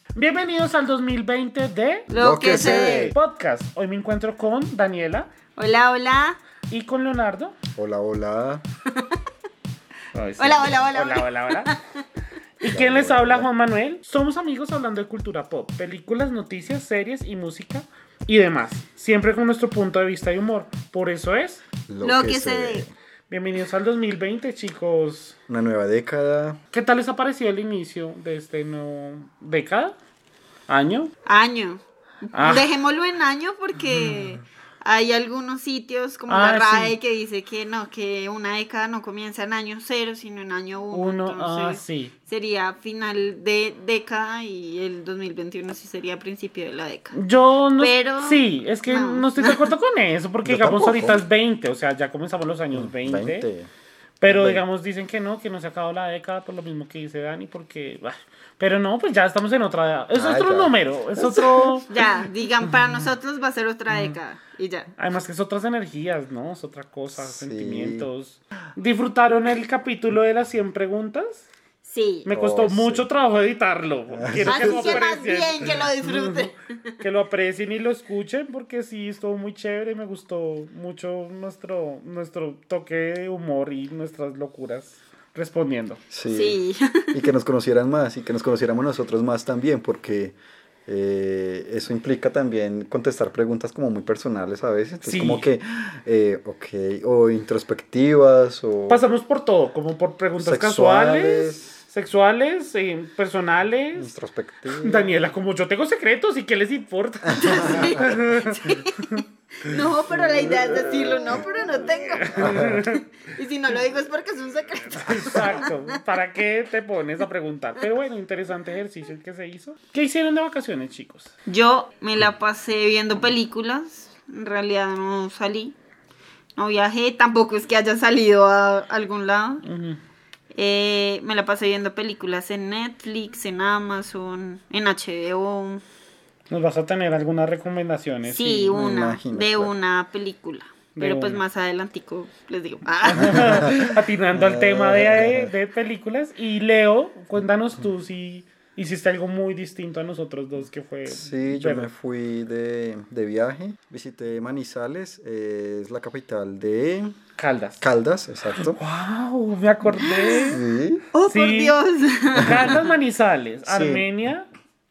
Bienvenidos al 2020 de Lo que sé. Podcast. Hoy me encuentro con Daniela Hola, hola. y con Leonardo. Hola, hola. Ay, sí. Hola. Hola. ¿Y quién les habla? Juan Manuel. Somos amigos hablando de cultura pop, películas, noticias, series y música y demás. Siempre con nuestro punto de vista y humor. Por eso es Lo que se dé. bienvenidos al 2020, chicos. Una nueva década. ¿Qué tal les ha parecido el inicio de este nuevo década? ¿Año? Año. Ah. Dejémoslo en año porque hay algunos sitios como la RAE sí. que dice que no, que una década no comienza en año 0, sino en año 1. Entonces, Sí. sería final de década y el 2021 sí sería principio de la década. Yo no. Pero sí, es que no. no estoy de acuerdo con eso, porque Yo digamos tampoco. ahorita es 20, o sea, ya comenzamos los años 20. Pero 20. digamos dicen que no se ha acabado la década por lo mismo que dice Dani, porque. Pero no, pues ya estamos en otra. Es otro ya. número, es otro. Ya, digan, para nosotros va a ser otra década y ya. Además que es otras energías, ¿no? Es otra cosa, Sí. sentimientos. ¿Disfrutaron el capítulo de las 100 preguntas? Sí. Me costó sí. mucho trabajo editarlo. Quiero que Así lo que más aprecien. bien que lo disfruten. Que lo aprecien y lo escuchen porque sí, estuvo muy chévere. Me gustó mucho nuestro toque de humor y nuestras locuras respondiendo. Sí. Sí. Y que nos conocieran más y que nos conociéramos nosotros más también, porque eso implica también contestar preguntas como muy personales a veces. Entonces, Sí. como que, o introspectivas, o Pasamos por todo, como por preguntas casuales, sexuales, personales. introspectivas. Daniela, como yo tengo secretos y qué les importa. No, pero la idea es decirlo, no, pero no tengo. Y si no lo digo es porque es un secreto. Exacto. ¿Para qué te pones a preguntar? Pero bueno, interesante ejercicio el que se hizo. ¿Qué hicieron de vacaciones, chicos? Yo me la pasé viendo películas. En realidad no salí. No viajé. Tampoco es que haya salido a algún lado. Ujú. Me la pasé viendo películas en Netflix, en Amazon, en HBO. ¿Nos vas a tener algunas recomendaciones? Sí, me imagino, de claro. una película. De Pero pues una. más adelantico les digo. Atinando al tema de películas. Y Leo, cuéntanos tú si hiciste algo muy distinto a nosotros dos, que fue Sí, yo ver me fui de viaje, visité Manizales, es la capital de Caldas. Caldas, exacto. ¡Wow! Me acordé. Sí. ¡Oh, Sí. por Dios! Caldas, Manizales, Sí. Armenia.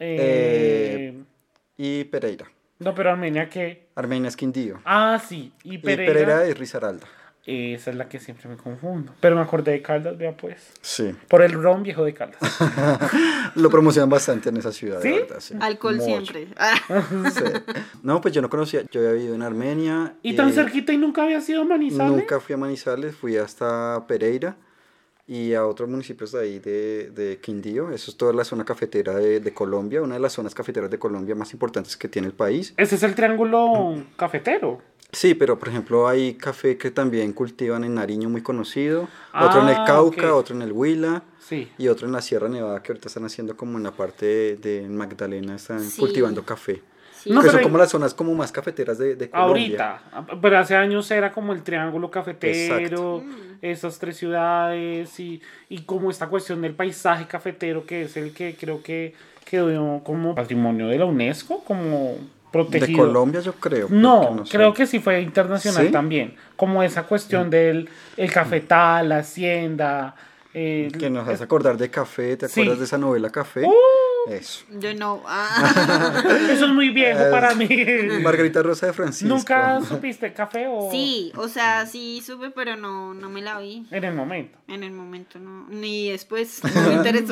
Y Pereira. No, pero Armenia, ¿qué? Armenia es Quindío. Ah, sí. Y Y Pereira. Pereira es Risaralda. Esa es la que siempre me confundo. Pero me acordé de Caldas, vea pues. Sí. Por el ron viejo de Caldas. Lo promocionan bastante en esa ciudad, ¿Sí? de verdad. Sí. Alcohol Mucho. siempre. Sí. No, pues yo no conocía, yo había vivido en Armenia. ¿Y tan cerquita y nunca había sido Manizales? Nunca fui a Manizales, fui hasta Pereira y a otros municipios de ahí de Quindío. Eso es toda la zona cafetera de Colombia, una de las zonas cafeteras de Colombia más importantes que tiene el país. Ese es el triángulo cafetero. Sí, pero por ejemplo hay café que también cultivan en Nariño, muy conocido, otro en el Ah, Cauca, ok. otro en el Huila Sí. y otro en la Sierra Nevada, que ahorita están haciendo como en la parte de Magdalena, están Sí. cultivando café. Sí. No, que pero son hay- como las zonas como más cafeteras de Colombia. Ahorita, pero hace años era como el triángulo cafetero, esas tres ciudades y como esta cuestión del paisaje cafetero que es el que creo que quedó como patrimonio de la UNESCO, como protegido. De Colombia yo creo. No, porque sé. creo que sí fue internacional ¿Sí? también, como esa cuestión del el cafetal, la hacienda. Que nos hace acordar de Café, ¿te Sí. acuerdas de esa novela Café? Eso. Yo no. Eso es muy viejo para mí. Margarita Rosa de Francisco. ¿Nunca supiste café o...? Sí, o sea, sí supe, pero no me la vi. En el momento. En el momento no. Ni después. No me interesó.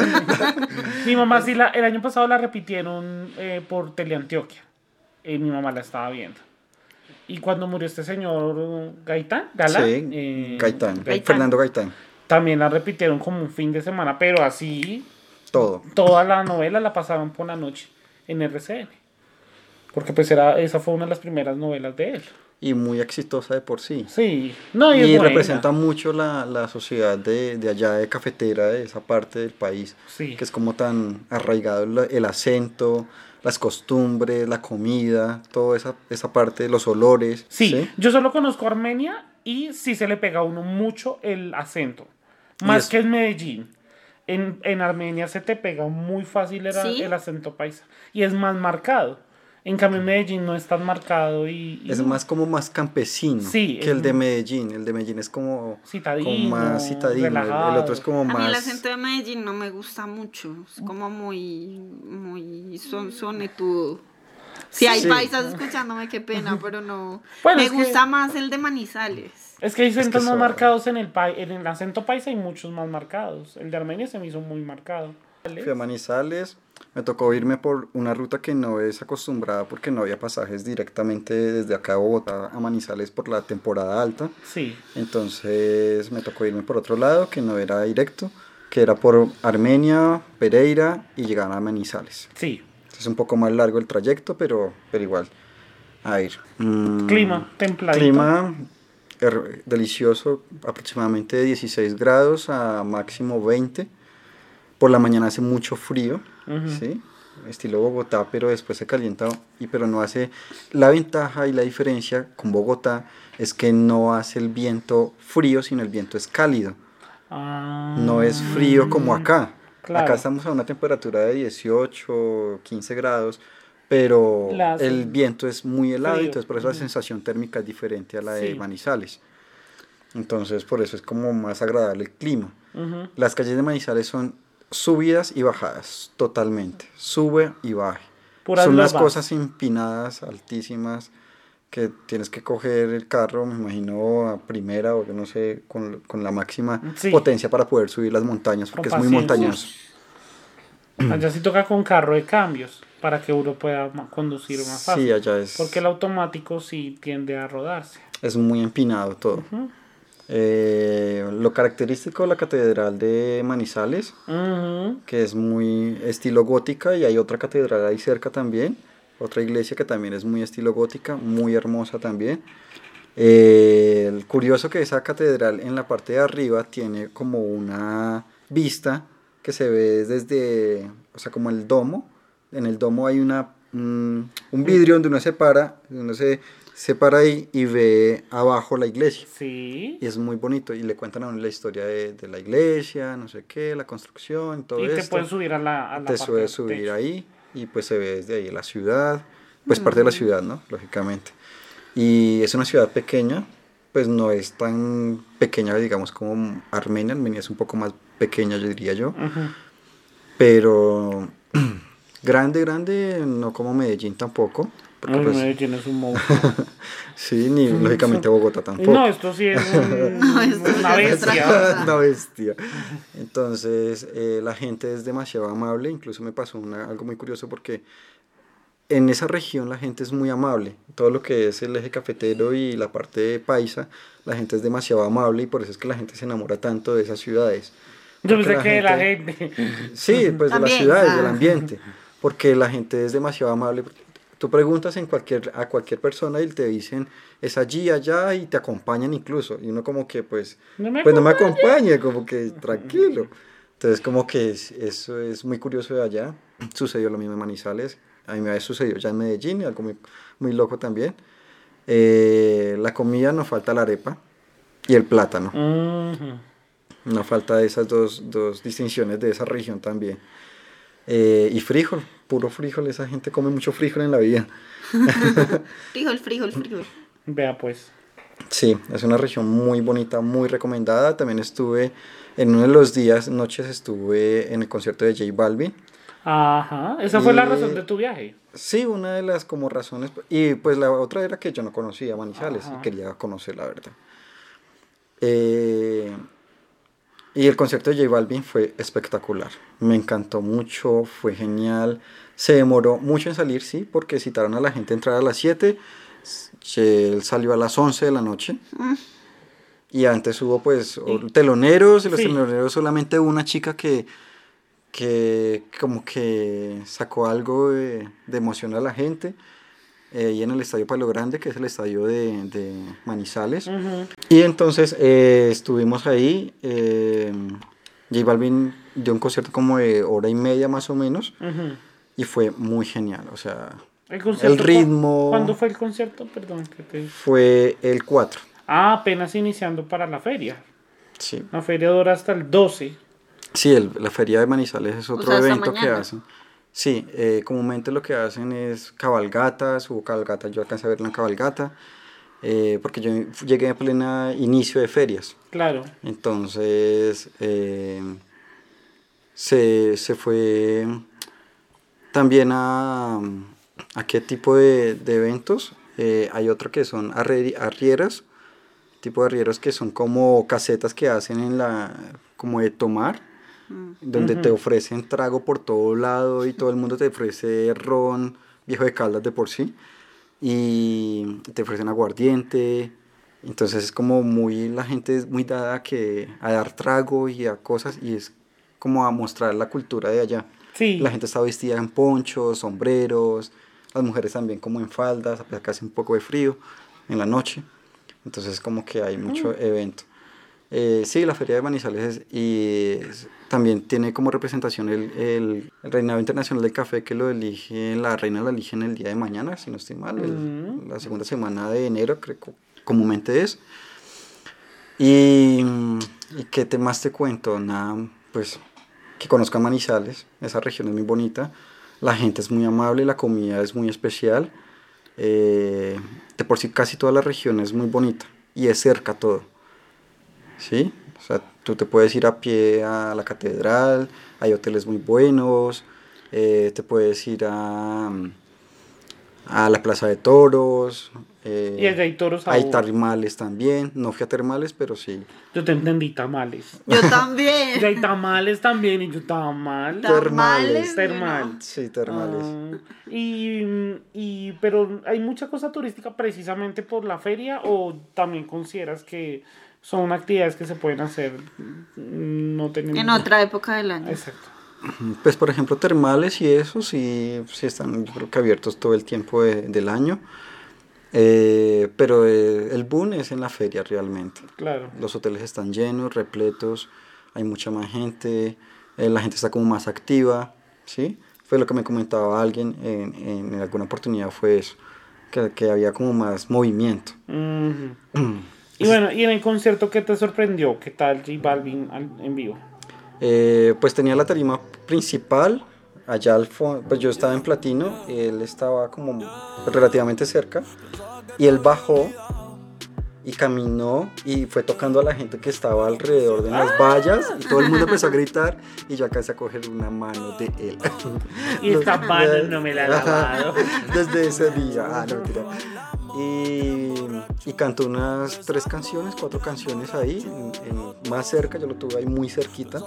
Mi mamá sí, el año pasado la repitieron por Teleantioquia. Mi mamá la estaba viendo. Y cuando murió este señor Gaitán, Galán, Sí, Gaitán. Gaitán. Fernando Gaitán. también la repitieron como un fin de semana, pero así Todo. toda la novela la pasaron por la noche en RCN. Porque pues esa fue una de las primeras novelas de él. Y muy exitosa de por sí. Sí, no, y es Y buena. representa mucho la sociedad de allá de cafetera, de esa parte del país. Sí. Que es como tan arraigado el acento, las costumbres, la comida, toda esa parte, los olores. Sí, yo solo conozco Armenia y sí se le pega a uno mucho el acento. Más es- que en Medellín. en Armenia se te pega muy fácil ¿Sí? el acento paisa. Y es más marcado. En cambio, en Medellín no es tan marcado Es más como más campesino Sí, que el de Medellín. El de Medellín es como más citadino. El otro es como A mí el más... acento de Medellín no me gusta mucho. Es como muy sonetudo. Si hay Sí. paisas escuchándome, qué pena, pero no. Bueno, me es que- gusta más el de Manizales. Es que hay acentos más son- marcados en el acento paisa, hay muchos más marcados. El de Armenia se me hizo muy marcado. Fui a Manizales, me tocó irme por una ruta que no es acostumbrada porque no había pasajes directamente desde acá de Bogotá a Manizales por la temporada alta. Sí. Entonces me tocó irme por otro lado que no era directo, que era por Armenia, Pereira y llegar a Manizales. Sí. Es un poco más largo el trayecto, pero igual. A ver. Clima, templadito. Clima delicioso, aproximadamente de 16 grados a máximo 20. Por la mañana hace mucho frío, ¿sí? Estilo Bogotá, pero después se calienta, pero no hace... La ventaja y la diferencia con Bogotá es que no hace el viento frío, sino el viento es cálido. No es frío como acá. Claro. Acá estamos a una temperatura de 18, 15 grados, pero el viento es muy helado, frío. entonces por eso la sensación térmica es diferente a la de Manizales. Entonces por eso es como más agradable el clima. Las calles de Manizales son subidas y bajadas, totalmente. Sube y baja. Puras Son unas lomas. cosas empinadas, altísimas, que tienes que coger el carro, me imagino, a primera o yo no sé, con la máxima potencia para poder subir las montañas, porque es muy montañoso. Allá sí toca con carro de cambios para que uno pueda conducir más fácil. Sí, allá es... Porque el automático sí tiende a rodarse. Es muy empinado todo. Lo característico de la catedral de Manizales, que es muy estilo gótica, y hay otra catedral ahí cerca también, otra iglesia que también es muy estilo gótica, muy hermosa también. El curioso que esa catedral en la parte de arriba tiene como una vista que se ve desde, o sea, como el domo. En el domo hay un vidrio donde uno se para ahí y ve abajo la iglesia. Sí. Y es muy bonito. Y le cuentan a uno la historia de la iglesia, no sé qué, la construcción, todo esto. Y te puedes subir a la Te parte puedes del subir techo. ahí y pues se ve desde ahí la ciudad. Pues parte de la ciudad, ¿no? Lógicamente. Y es una ciudad pequeña, pues no es tan pequeña, digamos, como Armenia. Armenia es un poco más pequeña, yo diría yo. Pero grande, no como Medellín tampoco. Porque, pues, Medellín es un monstruo. sí, ni lógicamente Bogotá tampoco. No, esto sí es una bestia. Una bestia. Entonces, la gente es demasiado amable. Incluso me pasó algo muy curioso porque en esa región la gente es muy amable. Todo lo que es el eje cafetero y la parte de paisa, la gente es demasiado amable y por eso es que la gente se enamora tanto de esas ciudades. Yo Porque pensé que la gente. Sí, pues de las También, ciudades, del ambiente. Porque la gente es demasiado amable. Tú preguntas a cualquier persona y te dicen, es allí, allá, y te acompañan incluso. Y uno como que, pues no me acompañe, como que tranquilo. Entonces como que eso es muy curioso de allá. Sucedió lo mismo en Manizales. A mí me había sucedido ya en Medellín, algo muy, muy loco también. La comida, nos falta la arepa y el plátano. No falta esas dos distinciones de esa región también. Y frijol, puro frijol, esa gente come mucho frijol en la vida. Frijol. Vea pues. Sí, es una región muy bonita, muy recomendada. También estuve, en uno de los noches estuve en el concierto de J Balvin. Ajá, esa fue la razón de tu viaje. Sí, una de las como razones. Y pues la otra era que yo no conocía Manizales y quería conocer la verdad. Y el concierto de J Balvin fue espectacular. Me encantó mucho, fue genial. Se demoró mucho en salir, sí, porque citaron a la gente a entrar a las 7. Él salió a las 11 de la noche. Y antes hubo pues teloneros, y los teloneros solamente una chica que como que sacó algo de emoción a la gente. Y en el Estadio Palo Grande, que es el estadio de Manizales. Y entonces estuvimos ahí. J Balvin dio un concierto como de hora y media más o menos. Y fue muy genial. O sea, el ritmo. ¿Cuándo fue el concierto? Perdón. Fue el 4. Ah, apenas iniciando para la feria. Sí. La feria dura hasta el 12. Sí, la feria de Manizales es otro sea, hasta evento que mañana. hacen. Sí, comúnmente lo que hacen es cabalgatas, hubo cabalgata, yo alcancé a ver la cabalgata, porque yo llegué a plena inicio de ferias. Claro. Entonces, se fue también a qué tipo de eventos. Hay otro que son arrieras, tipo de arrieros que son como casetas que hacen como de tomar, donde te ofrecen trago por todo lado y todo el mundo te ofrece ron, viejo de Caldas de por sí, y te ofrecen aguardiente. Entonces es como la gente es muy dada a dar trago y a cosas, y es como a mostrar la cultura de allá. Sí. La gente está vestida en ponchos, sombreros, las mujeres también como en faldas, a pesar que hace un poco de frío en la noche. Entonces como que hay mucho evento. Sí, la Feria de Manizales también tiene como representación el Reinado Internacional del Café, que la reina lo elige en el día de mañana, si no estoy mal, la segunda semana de enero, creo que comúnmente es. ¿Y qué más te cuento? Nada, pues que conozcan Manizales, esa región es muy bonita, la gente es muy amable, la comida es muy especial, de por sí casi toda la región es muy bonita y es cerca todo, ¿sí? O sea, tú te puedes ir a pie a la catedral, hay hoteles muy buenos, te puedes ir a la Plaza de Toros. Y allá hay toros Hay aún. termales también. No fui a termales, pero sí. Yo te entendí, tamales. Yo también. Y hay tamales también, y yo tamal. Tamales. Termal. Sí, termales. Pero hay mucha cosa turística precisamente por la feria, o también consideras que son actividades que se pueden hacer no teniendo... En otra época del año. Exacto. Pues por ejemplo termales y eso sí están, yo creo que abiertos todo el tiempo del año, pero el boom es en la feria realmente. Claro. Los hoteles están llenos, repletos, hay mucha más gente, la gente está como más activa, ¿sí? Fue lo que me comentaba alguien en alguna oportunidad, fue eso, que había como más movimiento. Y bueno, y en el concierto, ¿qué te sorprendió? ¿Qué tal J Balvin en vivo? Pues tenía la tarima principal allá al fondo, pues yo estaba en platino, él estaba como relativamente cerca y él bajó y caminó y fue tocando a la gente que estaba alrededor de las vallas y todo el mundo empezó a gritar y yo alcancé a coger una mano de él. Y esta mano no me la he lavado. Desde ese día, no mentira. Y cantó unas 4 canciones ahí, más cerca, yo lo tuve ahí muy cerquita.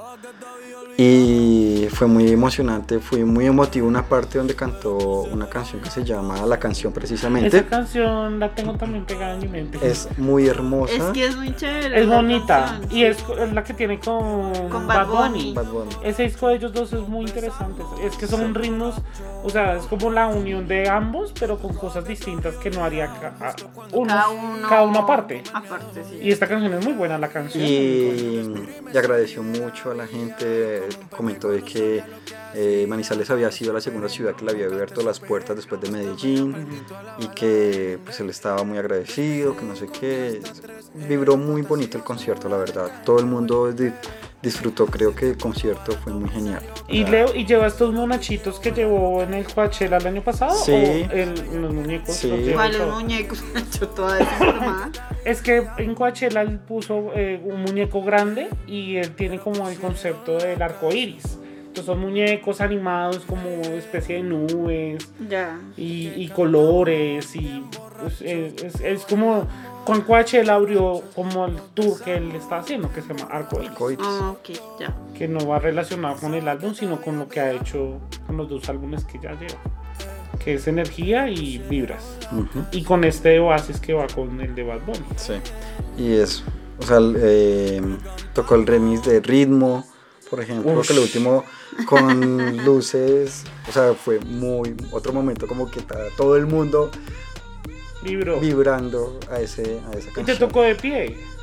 Y fue muy emocionante, fue muy emotivo una parte donde cantó una canción que se llama La Canción precisamente. Esa canción la tengo también pegada en mi mente. Es muy hermosa. Es que es muy chévere. Es bonita. Canción. Y es la que tiene con Bad Bunny. Bad Bunny. Ese disco de ellos dos es muy interesante. Es que son ritmos, o sea, es como la unión de ambos, pero con cosas distintas que no haría cada uno aparte. Aparte, sí. Y esta canción es muy buena, la canción. Y agradeció mucho a la gente, comentó de que Manizales había sido la segunda ciudad que le había abierto las puertas después de Medellín y que pues él estaba muy agradecido, que no sé qué. Vibró muy bonito el concierto, la verdad. Todo el mundo disfrutó, creo que el concierto fue muy genial. ¿Y Leo, y lleva estos monachitos que llevó en el Coachella el año pasado? Sí. ¿O los muñecos? Sí. Los lleva ¿Cuáles todo? muñecos? Yo toda desinformada. Es que en Coachella él puso un muñeco grande y él tiene como el concepto del arco iris. Entonces son muñecos animados como especie de nubes Ya. y colores y pues, es como con Coachella abrió como el tour que él está haciendo que se llama Arco Iris, Ok, ya. que no va relacionado con el álbum sino con lo que ha hecho con los 2 álbumes que ya lleva, que es Energía y Vibras. Y con este de Oasis que va con el de Bad Bunny. Sí, y eso, o sea, tocó el remix de Ritmo, por ejemplo, que el último con luces, o sea, fue otro momento como que está todo el mundo Vibró. vibrando a esa canción. ¿Y te tocó de pie?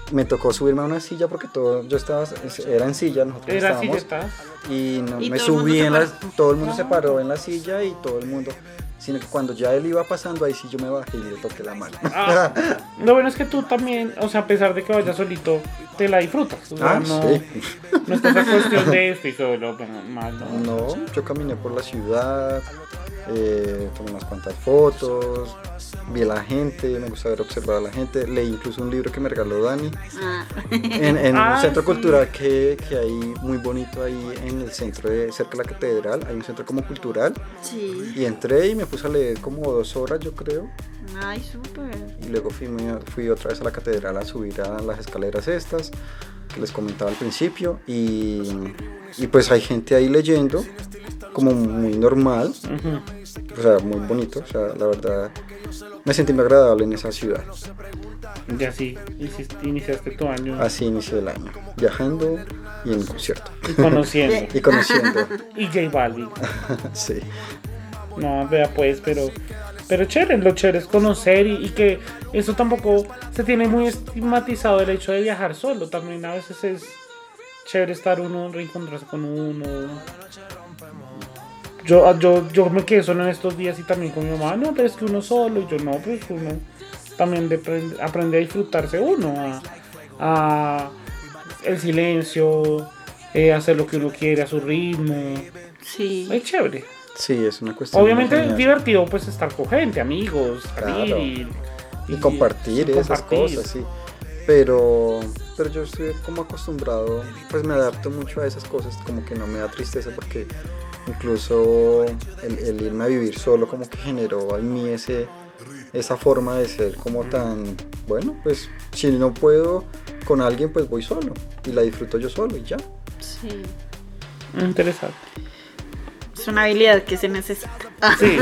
me tocó subirme a una silla porque era en silla, nosotros Era así, estábamos, y no Y me todo el mundo subí se paró. todo el mundo se paró en la silla y todo el mundo, sino que cuando ya él iba pasando, ahí sí yo me bajé y le toqué la mano. Ah, lo bueno es que tú también, o sea, a pesar de que vayas solito, te la disfrutas. O sea, no, sí. no está esa cuestión de estoy solo, pero mal, no. No, yo caminé por la ciudad, tomé unas cuantas fotos, vi a la gente, me gusta ver observar a la gente, leí incluso un libro que me regaló Dani Ah. en Ah, un centro sí. cultural que hay muy bonito ahí en el centro, cerca de la catedral, hay un centro como cultural, Sí. y entré y me puse a leer como 2 horas yo creo, Ay, súper. y luego fui otra vez a la catedral a subir a las escaleras estas que les comentaba al principio, y pues hay gente ahí leyendo como muy normal, Ujú. o sea, muy bonito, o sea, la verdad me sentí muy agradable en esa ciudad. Y así iniciaste tu año Así inicié el año, viajando y en un concierto y conociendo. y conociendo. Y J Balvin. Sí, No, vea pues, pero chévere, lo chévere es conocer y que eso tampoco se tiene muy estigmatizado el hecho de viajar solo. También a veces es chévere estar uno, reencontrarse con uno. Yo me quedé solo en estos días y también con mi mamá, no, pero es que uno solo, y yo no, pues uno también aprende a disfrutarse uno, a el silencio, hacer lo que uno quiere a su ritmo. Sí. Es chévere. sí, es una cuestión. Obviamente muy es genial. divertido pues estar con gente, amigos, salir Claro. Y compartir y esas compartir. cosas, sí. Pero yo estoy como acostumbrado, pues me adapto mucho a esas cosas, como que no me da tristeza porque incluso el irme a vivir solo como que generó en mí esa forma de ser como tan, bueno, pues si no puedo con alguien pues voy solo y la disfruto yo solo y ya. Sí. Interesante. Es una habilidad que se necesita. Sí.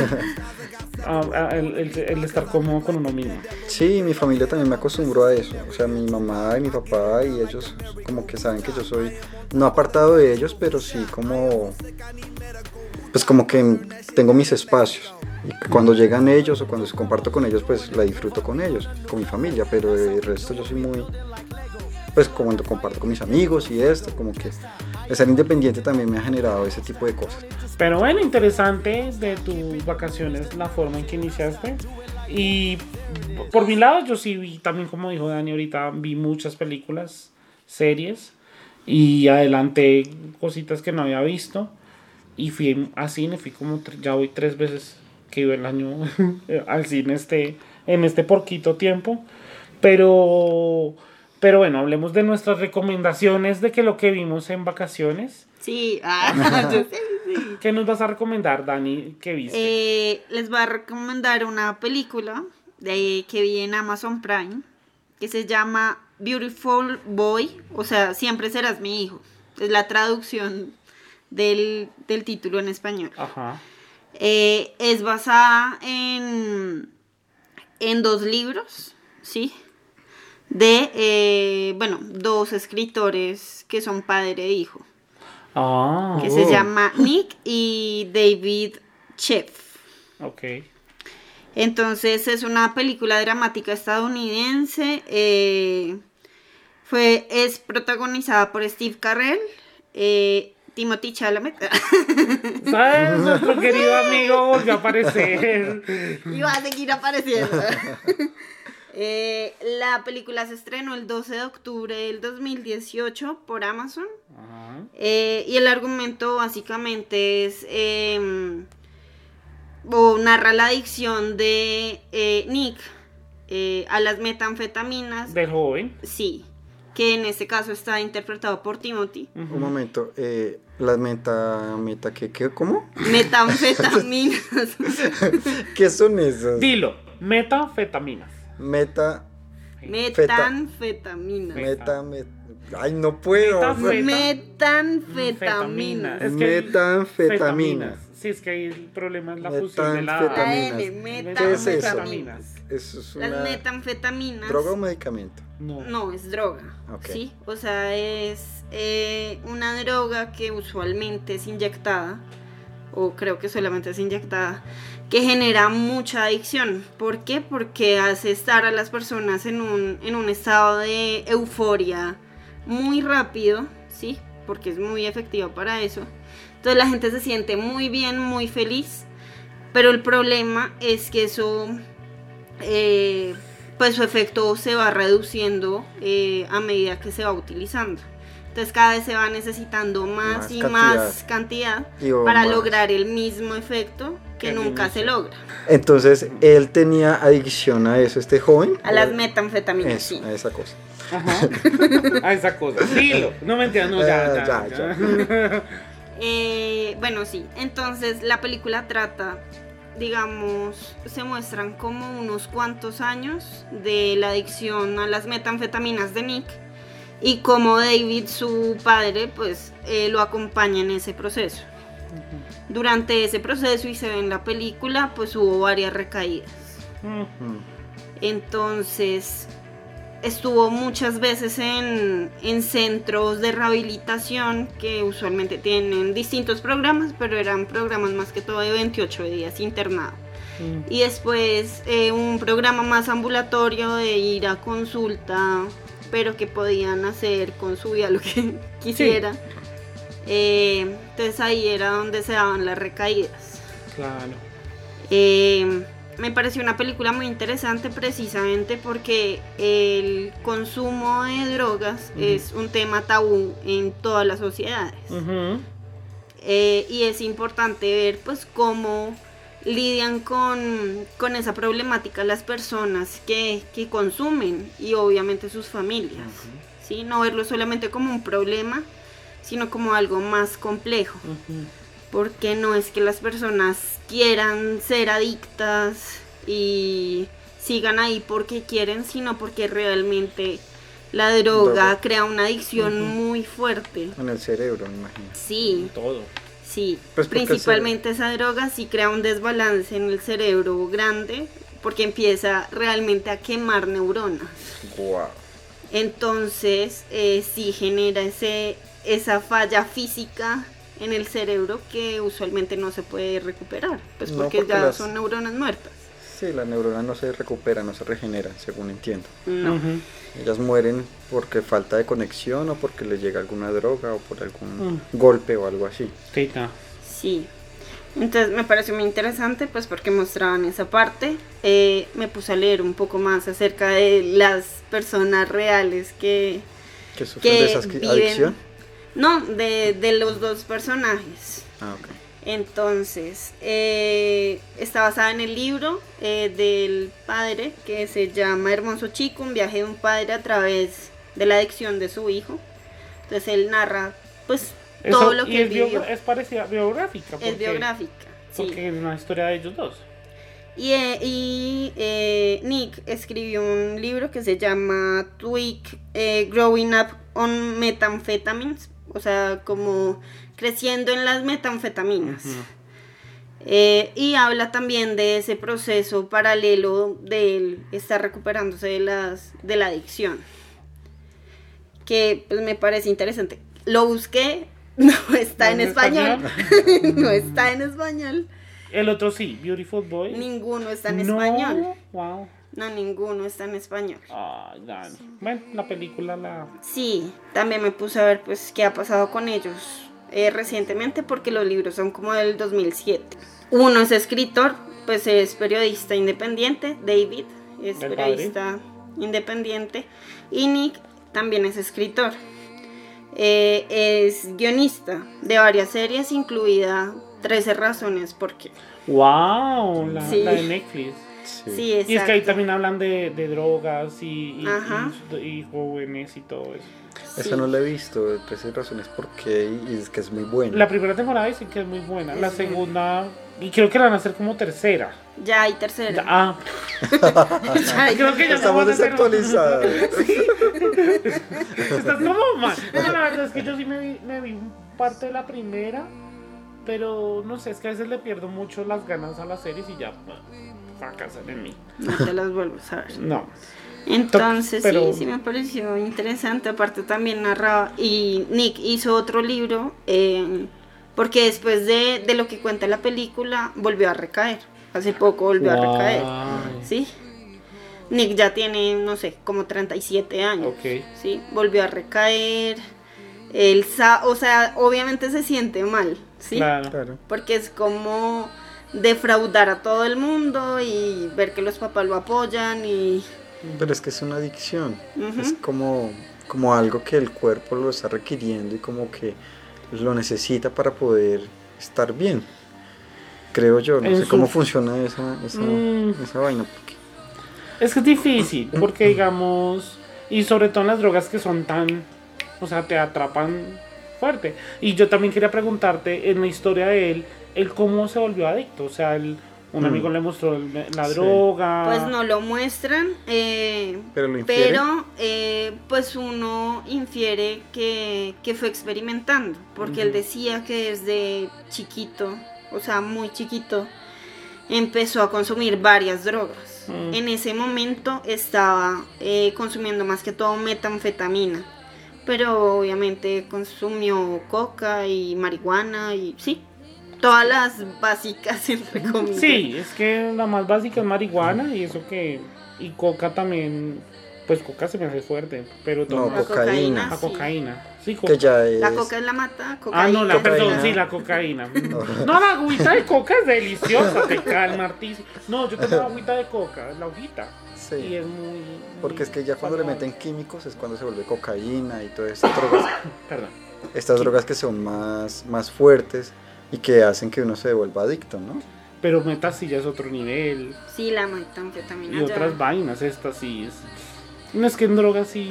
El estar cómodo con uno mismo. Sí, mi familia también me acostumbró a eso, o sea, mi mamá y mi papá y ellos como que saben que yo soy no apartado de ellos, pero sí como, pues como que tengo mis espacios y cuando llegan ellos o cuando comparto con ellos pues la disfruto con ellos, con mi familia, pero el resto yo soy muy, pues cuando comparto con mis amigos y esto, como que el ser independiente también me ha generado ese tipo de cosas. Pero bueno, interesante de tus vacaciones la forma en que iniciaste. Y por mi lado yo sí vi, también como dijo Dani ahorita, vi muchas películas, series. Y adelanté cositas que no había visto. Y fui a cine, fui como, ya voy 3 veces que iba el año al cine en este porquito tiempo. Pero bueno, hablemos de nuestras recomendaciones de que lo que vimos en vacaciones. Sí. Yo sé, sí. ¿Qué nos vas a recomendar, Dani? ¿Qué viste? Les voy a recomendar una película que vi en Amazon Prime que se llama Beautiful Boy, o sea, Siempre serás mi hijo. Es la traducción del título en español. Ajá. Es basada en 2 libros, ¿sí? De, 2 escritores que son padre e hijo. Ah, Que se llama Nick y David Sheff. ok. Entonces es una película dramática estadounidense. Es protagonizada por Steve Carell, Timothée Chalamet. ¿Sabes? Nuestro querido amigo volvió a aparecer. Y va a seguir apareciendo. La película se estrenó el 12 de octubre del 2018 por Amazon. Ajá. Y el argumento básicamente es narra la adicción de Nick a las metanfetaminas. Del joven. Sí, que en este caso está interpretado por Timothy. Un momento, las ¿cómo? Metanfetaminas. ¿Qué son esas? Dilo, metanfetaminas. Metanfetaminas. Ay, no puedo. Metanfetaminas. Es que Metanfetaminas. Sí, es que ahí el problema es la fusión de la Metanfetaminas. La N, ¿Qué es eso? metanfetaminas. Eso es Las una metanfetaminas. droga o medicamento. No, es droga. Ok. ¿Sí? O sea, es una droga que usualmente es inyectada o creo que solamente es inyectada, que genera mucha adicción. ¿Por qué? Porque hace estar a las personas en un estado de euforia muy rápido, ¿sí? Porque es muy efectiva para eso. Entonces la gente se siente muy bien, muy feliz, pero el problema es que eso, pues su efecto se va reduciendo a medida que se va utilizando. Entonces cada vez se va necesitando más y más cantidad para lograr el mismo efecto que nunca se logra. Entonces, ¿él tenía adicción a eso, este joven? A las metanfetaminas, sí. A esa cosa. Ajá. A esa cosa. Dilo. No mentira, no, ya. Bueno, sí. Entonces la película trata, digamos, se muestran como unos cuantos años de la adicción a las metanfetaminas de Nick y cómo David, su padre, pues lo acompaña en ese proceso. Uh-huh. Durante ese proceso, y se ve en la película, pues hubo varias recaídas. Uh-huh. Entonces estuvo muchas veces en centros de rehabilitación que usualmente tienen distintos programas, pero eran programas más que todo de 28 días internado. Y después un programa más ambulatorio de ir a consulta, pero que podían hacer con su vida lo que quisieran. Sí. Entonces ahí era donde se daban las recaídas. Claro. Me pareció una película muy interesante precisamente porque el consumo de drogas es un tema tabú en todas las sociedades. Y es importante ver pues cómo lidian con esa problemática las personas que consumen y obviamente sus familias. ¿Sí? No verlo solamente como un problema, sino como algo más complejo. Porque no es que las personas quieran ser adictas y sigan ahí porque quieren, sino porque realmente la droga crea una adicción muy fuerte. En el cerebro, me imagino. Sí. En todo. Sí, pues principalmente esa droga sí crea un desbalance en el cerebro grande porque empieza realmente a quemar neuronas. Wow. Entonces sí genera esa falla física en el cerebro que usualmente no se puede recuperar, pues porque ya son neuronas muertas. Sí, las neuronas no se recuperan, no se regeneran, según entiendo. No. Ellas mueren porque falta de conexión o porque les llega alguna droga o por algún golpe o algo así. Sí. Entonces me pareció muy interesante pues porque mostraban esa parte. Me puse a leer un poco más acerca de las personas reales que sufren de esa adicción. No, de los dos personajes. Ok. Entonces, está basada en el libro del padre que se llama Hermoso Chico, un viaje de un padre a través de la adicción de su hijo. Entonces él narra pues todo lo que él vivió. Es parecida, biográfica. Es biográfica, porque sí. Es una historia de ellos dos. Y Nick escribió un libro que se llama Tweak Growing Up on Methamphetamines, o sea, como creciendo en las metanfetaminas. Y habla también de ese proceso paralelo de él estar recuperándose de la adicción, que pues me parece interesante. Lo busqué, no está en español. No está en español. El otro sí, Beautiful Boy. Ninguno está en español. Wow. No, ninguno está en español. Sí. Bueno, la película Sí, también me puse a ver pues qué ha pasado con ellos recientemente, porque los libros son como del 2007. Uno es escritor, pues es periodista independiente. David es periodista independiente. Y Nick también es escritor. Es guionista de varias series, incluida 13 razones por qué. ¡Wow! La de Netflix. Sí, exacto. Y es que ahí también hablan de drogas y jóvenes y todo eso. Esa no la he visto, 13 razones por qué, y es que es muy buena. La primera temporada dicen que es muy buena. La segunda, y creo que la van a hacer como tercera. Ya hay tercera. Creo que ya estamos desactualizados. Sí. Estás como mal. No, la verdad es que yo sí me vi parte de la primera, pero no sé, es que a veces le pierdo mucho las ganas a las series y ya fracasan en mí. No te las vuelves a ver. No. Entonces sí me pareció interesante. Aparte también narraba, y Nick hizo otro libro porque después de lo que cuenta la película, volvió a recaer. Hace poco volvió a recaer, ¿sí? Nick ya tiene, no sé, como 37 años, ¿sí? Volvió a recaer. O sea, obviamente se siente mal, ¿sí? Claro. Porque es como defraudar a todo el mundo y ver que los papás lo apoyan y... Pero es que es una adicción, es como algo que el cuerpo lo está requiriendo y como que lo necesita para poder estar bien. Creo yo, no sé cómo funciona esa vaina. Porque... Es que es difícil, porque digamos, y sobre todo en las drogas que son tan, o sea, te atrapan fuerte. Y yo también quería preguntarte, en la historia de él cómo se volvió adicto, o sea, un amigo le mostró la droga. Pues no lo muestran, pero lo infiere. Pues uno infiere que fue experimentando, porque él decía que desde chiquito, o sea, muy chiquito, empezó a consumir varias drogas. En ese momento estaba consumiendo más que todo metanfetamina, pero obviamente consumió coca y marihuana y sí, todas las básicas, entre comillas. Sí, es que la más básica es marihuana y eso que... Y coca también... Pues coca se me hace fuerte, pero no, cocaína. La cocaína. Sí, coca. Que ya es... La coca es la mata, cocaína. Perdón, sí, la cocaína. No, la agüita de coca es deliciosa, te calma, Artis. No, yo tengo agüita de coca, la hojita. Sí. Y es muy porque es que ya cuando le meten químicos es cuando se vuelve cocaína y todas estas drogas. Perdón. Estas drogas que son más fuertes y que hacen que uno se devuelva adicto, ¿no? Pero meta sí ya es otro nivel. Sí, la metanfetamina. Y otras vainas, estas sí es... No es que en drogas sí...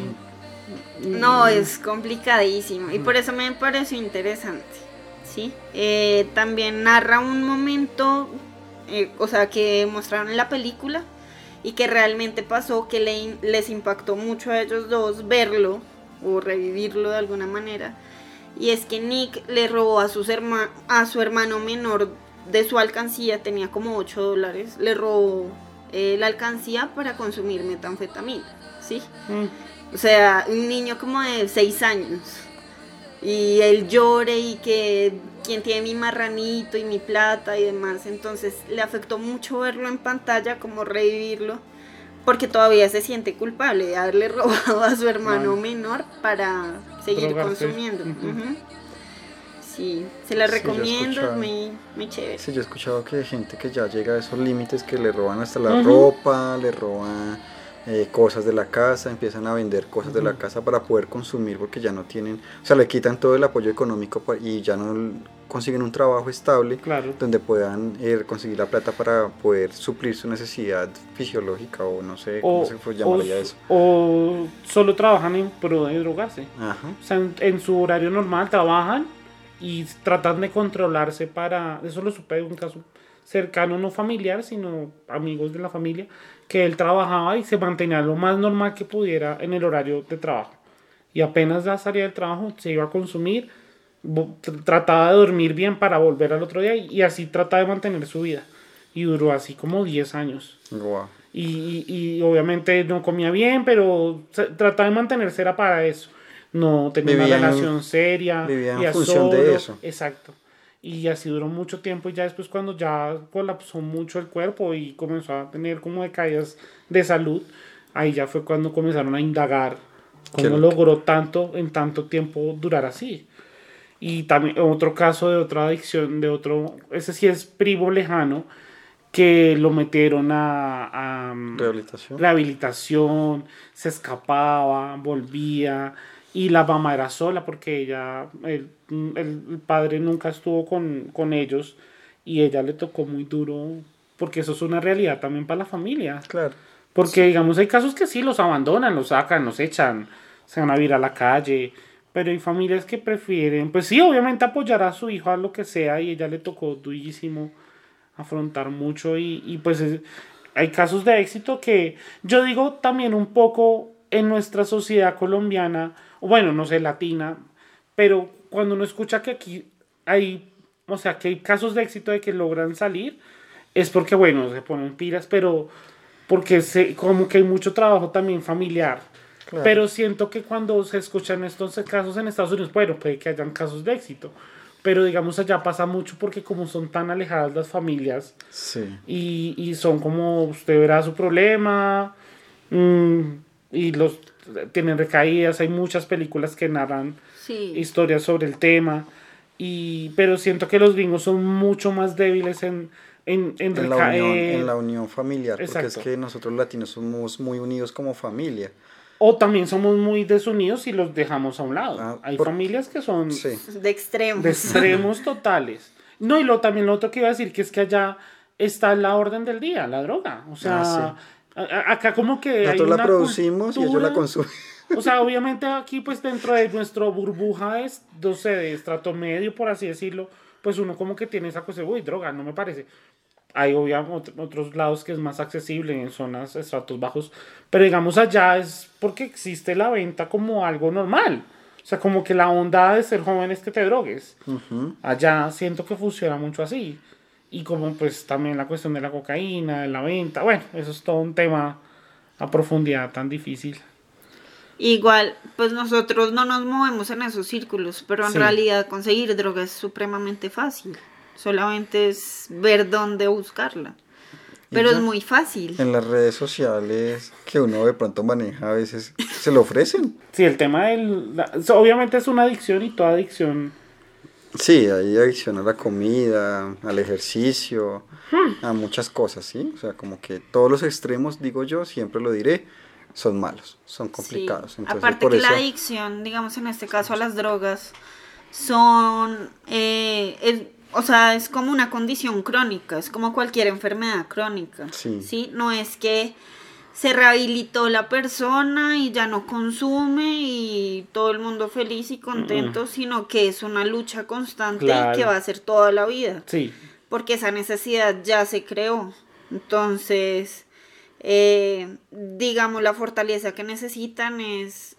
No, es complicadísimo y por eso me pareció interesante, ¿sí? También narra un momento, o sea, que mostraron en la película y que realmente pasó, que les impactó mucho a ellos dos verlo o revivirlo de alguna manera, y es que Nick le robó a su hermano menor de su alcancía, tenía como $8, le robó la alcancía para consumir metanfetamina, ¿sí? O sea, un niño como de 6 años y él llore y que quien tiene mi marranito y mi plata y demás, entonces le afectó mucho verlo en pantalla, como revivirlo, porque todavía se siente culpable de haberle robado a su hermano menor para seguir consumiendo. Sí, se la recomiendo, es muy chévere. Sí, yo he escuchado que hay gente que ya llega a esos límites, que le roban hasta la ropa, le roban cosas de la casa, empiezan a vender cosas de la casa para poder consumir, porque ya no tienen, o sea, le quitan todo el apoyo económico y ya no consiguen un trabajo estable, donde puedan conseguir la plata para poder suplir su necesidad fisiológica o no sé cómo se llamaría eso. O solo trabajan en pro de drogarse. Ajá. O sea, en su horario normal trabajan y tratan de controlarse para... Eso lo supe de un caso cercano, no familiar, sino amigos de la familia, que él trabajaba y se mantenía lo más normal que pudiera en el horario de trabajo. Y apenas ya salía del trabajo, se iba a consumir, trataba de dormir bien para volver al otro día y así trataba de mantener su vida. Y duró así como 10 años. Wow. Y obviamente no comía bien, pero trataba de mantenerse, era para eso. No tenía una relación seria. Vivía en función de eso. Exacto. Y así duró mucho tiempo y ya después cuando ya colapsó mucho el cuerpo y comenzó a tener como decaídas de salud, ahí ya fue cuando comenzaron a indagar cómo logró en tanto tiempo durar así. Y también otro caso de otra adicción, ese sí es primo lejano, que lo metieron a rehabilitación, se escapaba, volvía, y la mamá era sola porque el padre nunca estuvo con ellos y ella le tocó muy duro, porque eso es una realidad también para la familia. Claro. Porque digamos hay casos que sí los abandonan, los sacan, los echan, se van a vivir a la calle, pero hay familias que prefieren, pues sí, obviamente apoyar a su hijo a lo que sea, y ella le tocó durísimo afrontar mucho y pues hay casos de éxito que yo digo también un poco en nuestra sociedad colombiana, o bueno, no sé, latina, pero cuando uno escucha que aquí hay, o sea, que hay casos de éxito de que logran salir, es porque, bueno, se ponen pilas, pero porque como que hay mucho trabajo también familiar. Claro. Pero siento que cuando se escuchan estos casos en Estados Unidos, bueno, puede que hayan casos de éxito, pero digamos allá pasa mucho porque como son tan alejadas las familias Sí. y son como usted verá su problema y los tienen recaídas, hay muchas películas que narran Sí. historias sobre el tema, pero siento que los gringos son mucho más débiles en En la unión familiar, porque Exacto. es que nosotros latinos somos muy unidos como familia. O también somos muy desunidos y los dejamos a un lado. Ah, Hay familias que son Sí. De extremos. de extremos totales. No, y también lo otro que iba a decir, que es que allá está la orden del día, la droga. O sea, acá como que Nosotros hay la una producimos y ellos la cultura. consumen. O sea, obviamente aquí pues dentro de nuestro burbuja no sé, de estrato medio, por así decirlo, pues uno como que tiene esa cosa, uy, droga, no me parece. Hay obviamente otros lados que es más accesible en zonas, estratos bajos, pero digamos allá es porque existe la venta como algo normal. O sea, como que la onda de ser joven es que te drogues. Allá siento que funciona mucho así. Y como pues también la cuestión de la cocaína, de la venta, bueno, eso es todo un tema a profundidad tan difícil. Igual, pues nosotros no nos movemos en esos círculos, pero en Sí. realidad conseguir droga es supremamente fácil. Solamente es ver dónde buscarla. Pero ya. es muy fácil. En las redes sociales que uno de pronto maneja, a veces se lo ofrecen. Sí, el tema obviamente es una adicción y toda adicción. Sí, hay adicción a la comida, al ejercicio, a muchas cosas, ¿sí? O sea, como que todos los extremos, digo yo, siempre lo diré, son malos, son complicados. Sí. Entonces, Aparte por que eso, la adicción, digamos en este caso a las drogas, son, o sea, es como una condición crónica, es como cualquier enfermedad crónica, Sí. No es que se rehabilitó la persona y ya no consume y todo el mundo feliz y contento, sino que es una lucha constante Claro. y que va a ser toda la vida, Sí, porque esa necesidad ya se creó. Entonces, digamos, la fortaleza que necesitan es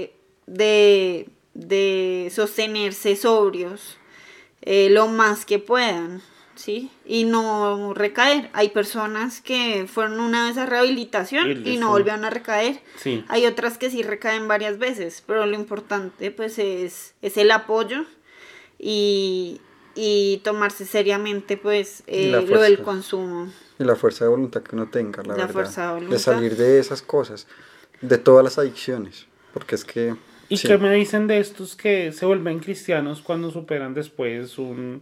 de sostenerse sobrios lo más que puedan, ¿sí? Y no recaer. Hay personas que fueron una vez a rehabilitación y no volvieron a recaer. sí. Hay otras que sí recaen varias veces, pero lo importante pues es el apoyo y tomarse seriamente pues la lo del fuerza. consumo. Y la fuerza de voluntad que uno tenga, la verdad. fuerza de voluntad. De salir de esas cosas, de todas las adicciones. Porque es que... ¿Y sí. qué me dicen de estos que se vuelven cristianos cuando superan después un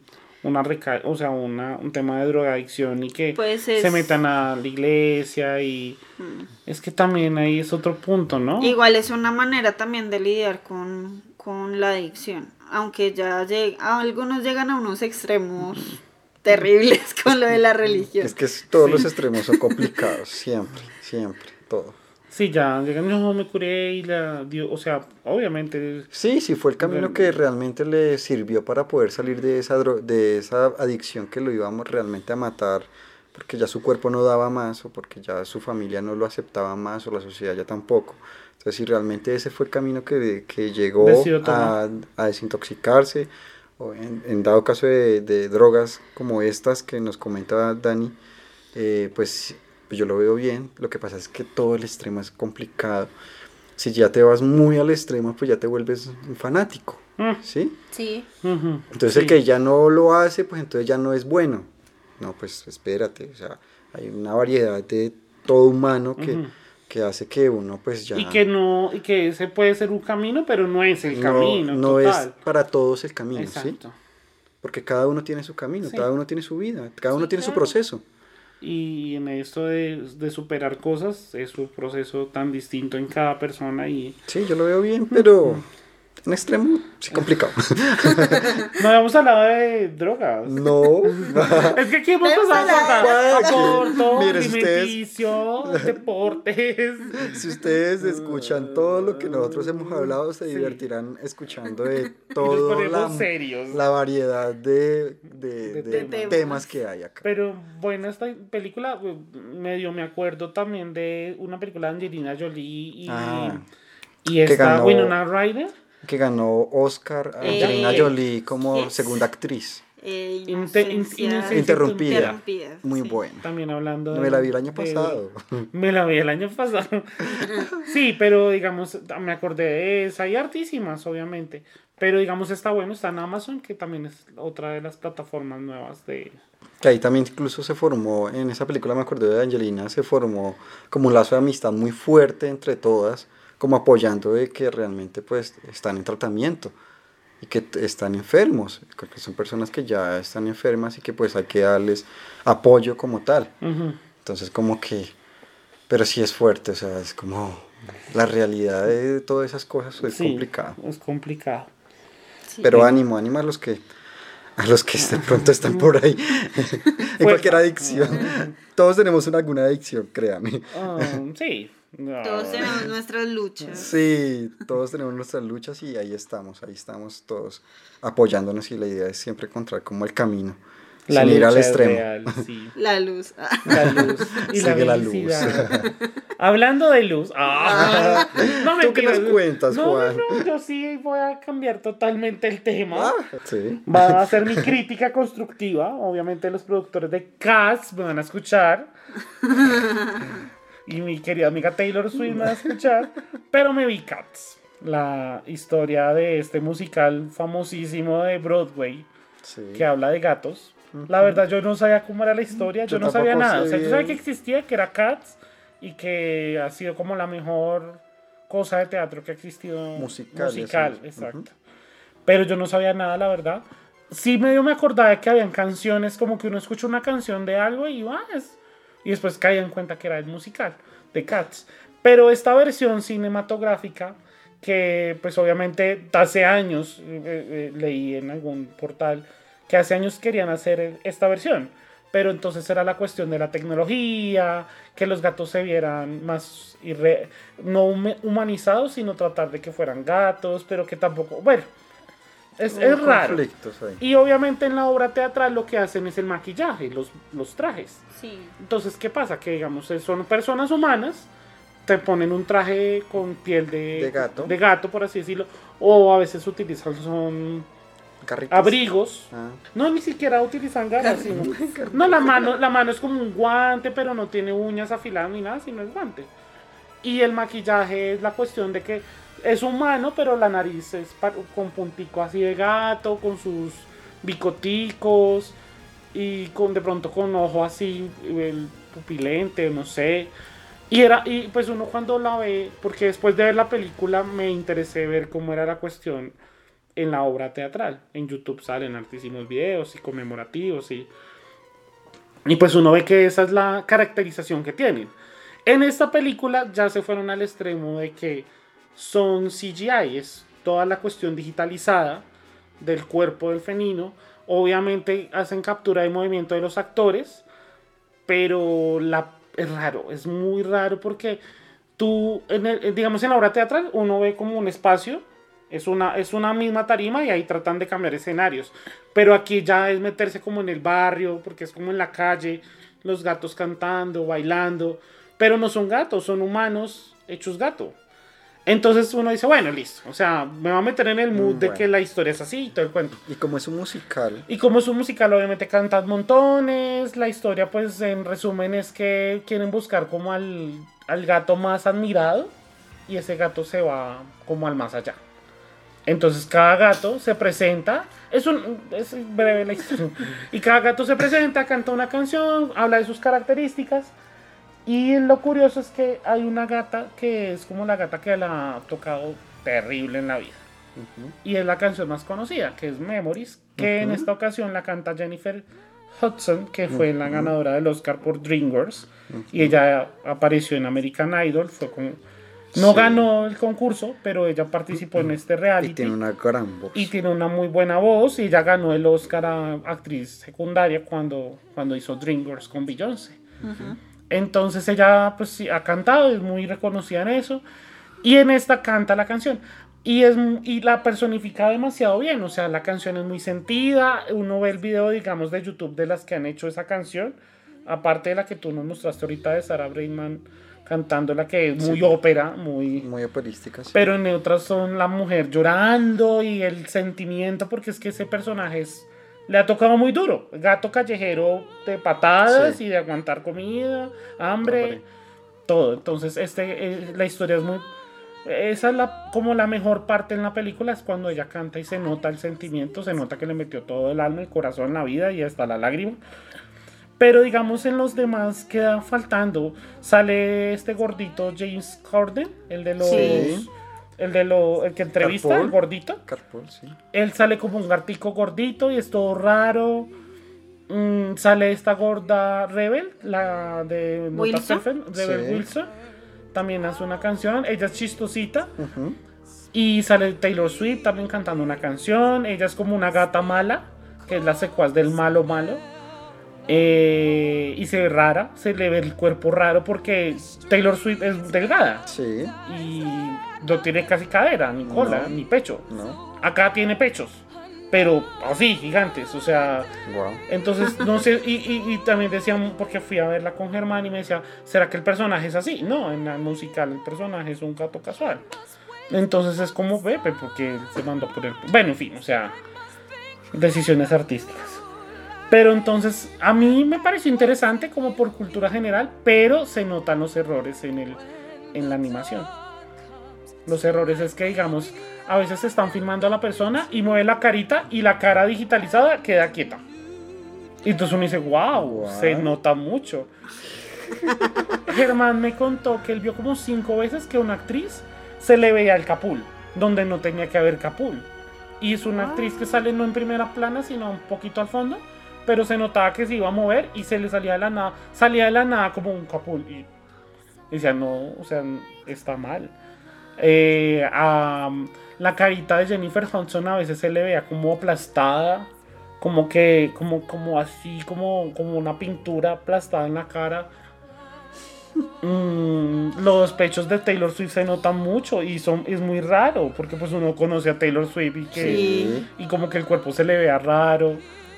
tema de drogadicción y que Pues se metan a la iglesia y es que también ahí es otro punto, ¿no? Igual es una manera también de lidiar con la adicción, aunque ya algunos llegan a unos extremos terribles con lo de la religión. Es que todos los extremos son complicados, siempre, todo. Sí, ya llegan, no, me curé y o sea, obviamente. Sí, fue el camino que realmente le sirvió para poder salir de esa adicción que lo íbamos realmente a matar, porque ya su cuerpo no daba más, o porque ya su familia no lo aceptaba más, o la sociedad ya tampoco. Entonces, si realmente ese fue el camino que llegó a desintoxicarse, o en dado caso de drogas como estas que nos comentaba Dani, pues yo lo veo bien. Lo que pasa es que todo el extremo es complicado. Si ya te vas muy al extremo, pues ya te vuelves un fanático, ¿sí? Sí. Entonces el que ya no lo hace, pues entonces ya no es bueno. No, pues espérate, o sea, hay una variedad de todo humano que hace que uno pues ya... Y que ese puede ser un camino, pero no es el camino. No total. es para todos el camino, Exacto. ¿sí? Porque cada uno tiene su camino, Sí. cada uno tiene su vida, cada uno tiene su claro. proceso. Y en esto de superar cosas es un proceso tan distinto en cada persona y... Sí, yo lo veo bien, pero en extremo, sí, complicado. No habíamos hablado de drogas. No. Es que aquí hemos pasado por aborto, Miren, alimenticio, deportes. Si ustedes escuchan todo lo que nosotros hemos hablado, se divertirán escuchando de todo la variedad de temas que hay acá. Pero bueno, esta película, medio me acuerdo también de una película de Angelina Jolie y esta Winona Ryder. Que ganó Oscar a Angelina Jolie como segunda actriz. Interrumpida. Muy sí. buena. También hablando Me la vi el año pasado. Me la vi el año pasado. Sí, pero digamos, me acordé de esa y hartísimas, obviamente. Pero digamos, está bueno, está en Amazon, que también es otra de las plataformas nuevas de... Que ahí también incluso se formó, en esa película me acordé de Angelina, se formó como un lazo de amistad muy fuerte entre todas, como apoyando de que realmente pues están en tratamiento y que están enfermos, que son personas que ya están enfermas y que pues hay que darles apoyo como tal. Uh-huh. Entonces como que, pero sí es fuerte, o sea, es como la realidad de todas esas cosas es complicado. Es complicado. Sí. Pero ánimo a los que de pronto están por ahí en cualquier adicción. Todos tenemos alguna adicción, créame. Sí. No. Todos tenemos nuestras luchas. Sí, todos tenemos nuestras luchas y ahí estamos todos apoyándonos y la idea es siempre encontrar como el camino. La sin lucha ir al es extremo. real, sí. La luz. La luz y Sigue la la luz. felicidad. Hablando de luz. No me ¿Tú qué nos cuentas, Juan? No, yo sí voy a cambiar totalmente el tema. Sí. Va a ser mi crítica constructiva. Obviamente los productores de Cats me van a escuchar. Y mi querida amiga Taylor Swift me va a escuchar. Pero me vi Cats. La historia de este musical famosísimo de Broadway. Sí. Que habla de gatos. La verdad yo no sabía cómo era la historia. Yo no sabía nada. O sea, yo sabía que existía, que era Cats. Y que ha sido como la mejor cosa de teatro que ha existido. Musical, exacto. Pero yo no sabía nada, la verdad. Sí medio me acordaba de que habían canciones, como que uno escucha una canción de algo y y después caía en cuenta que era el musical de Cats. Pero esta versión cinematográfica, que pues obviamente hace años, leí en algún portal, que hace años querían hacer esta versión. Pero entonces era la cuestión de la tecnología, que los gatos se vieran más no humanizados, sino tratar de que fueran gatos, pero que tampoco, bueno, es raro. Y obviamente en la obra teatral lo que hacen es el maquillaje, los trajes. Sí. Entonces, ¿qué pasa? Que digamos, son personas humanas, te ponen un traje con piel de gato, por así decirlo, o a veces utilizan Carritos. Abrigos. No, ni siquiera utilizan garras, sino... No, la mano es como un guante, pero no tiene uñas afiladas ni nada, sino es guante. Y el maquillaje es la cuestión de que es humano, pero la nariz es con puntico así de gato, con sus bicoticos y de pronto con ojo así, el pupilente, no sé. Y pues uno cuando la ve, porque después de ver la película me interesé ver cómo era la cuestión en la obra teatral. En YouTube salen hartísimos videos y conmemorativos y pues uno ve que esa es la caracterización que tienen. En esta película ya se fueron al extremo de que son CGI, es toda la cuestión digitalizada del cuerpo del felino. Obviamente hacen captura de movimiento de los actores, pero es raro, es muy raro porque tú, digamos en la obra teatral, uno ve como un espacio. Es una misma tarima y ahí tratan de cambiar escenarios. Pero aquí ya es meterse como en el barrio, porque es como en la calle, los gatos cantando, bailando. Pero no son gatos, son humanos hechos gato. Entonces uno dice, bueno, listo. O sea, me va a meter en el mood de que la historia es así y todo el cuento. Y como es un musical. Obviamente cantan montones. La historia, pues, en resumen, es que quieren buscar como al gato más admirado. Y ese gato se va como al más allá. Entonces cada gato se presenta, es breve la historia, y cada gato se presenta, canta una canción, habla de sus características, y lo curioso es que hay una gata que es como la gata que la ha tocado terrible en la vida, y es la canción más conocida, que es Memories, que en esta ocasión la canta Jennifer Hudson, que fue la ganadora del Oscar por DreamWorks, y ella apareció en American Idol, no ganó el concurso, pero ella participó en este reality. Y tiene una gran voz. Y tiene una muy buena voz. Y ella ganó el Oscar a actriz secundaria cuando hizo DreamWorks con Beyoncé. Entonces ella pues sí, ha cantado, es muy reconocida en eso. Y en esta canta la canción. Y la personifica demasiado bien. O sea, la canción es muy sentida. Uno ve el video, digamos, de YouTube de las que han hecho esa canción. Aparte de la que tú nos mostraste ahorita de Sarah Brightman cantando, la que es muy ópera, muy operística, sí. Pero en otras son la mujer llorando y el sentimiento, porque es que ese personaje es le ha tocado muy duro. Gato callejero de patadas Sí. y de aguantar comida, hambre, todo. Entonces, la historia es muy... Esa es como la mejor parte en la película, es cuando ella canta y se nota el sentimiento, se nota que le metió todo el alma, el corazón, la vida y hasta la lágrima. Pero digamos en los demás queda faltando. Sale este gordito James Corden, el de los... Sí. El que entrevista, Carpool. el gordito. Carpool, sí. Él sale como un gartico gordito y es todo raro. Sale esta gorda Rebel, la de Nota Wilson. Stephen, Rebel Sí. Wilson. También hace una canción. Ella es chistosita. Ujú. Y sale Taylor Swift también cantando una canción. Ella es como una gata mala, que es la secuaz del malo malo. Y se ve rara, se le ve el cuerpo raro porque Taylor Swift es delgada. Sí. Y no tiene casi cadera, ni cola, No. ni pecho. No. Acá tiene pechos, pero así, gigantes, o sea... Wow. Entonces, no sé, y también decían, porque fui a verla con Germán y me decía, ¿será que el personaje es así? No, en la musical el personaje es un gato casual. Entonces es como Pepe, porque él se mandó por el... Bueno, en fin, o sea, decisiones artísticas. Pero entonces, a mí me pareció interesante como por cultura general, pero se notan los errores en la animación. Los errores es que, digamos, a veces están filmando a la persona y mueve la carita y la cara digitalizada queda quieta. Y entonces uno dice, wow, se nota mucho. Germán me contó que él vio como 5 veces que una actriz se le veía el capul, donde no tenía que haber capul. Y es una actriz que sale no en primera plana, sino un poquito al fondo, pero se notaba que se iba a mover y se le salía de la nada como un capul. Y decía, no, o sea, está mal. La carita de Jennifer Hudson a veces se le veía como aplastada, como así, como una pintura aplastada en la cara. Los pechos de Taylor Swift se notan mucho y es muy raro porque pues uno conoce a Taylor Swift y como que el cuerpo se le vea raro.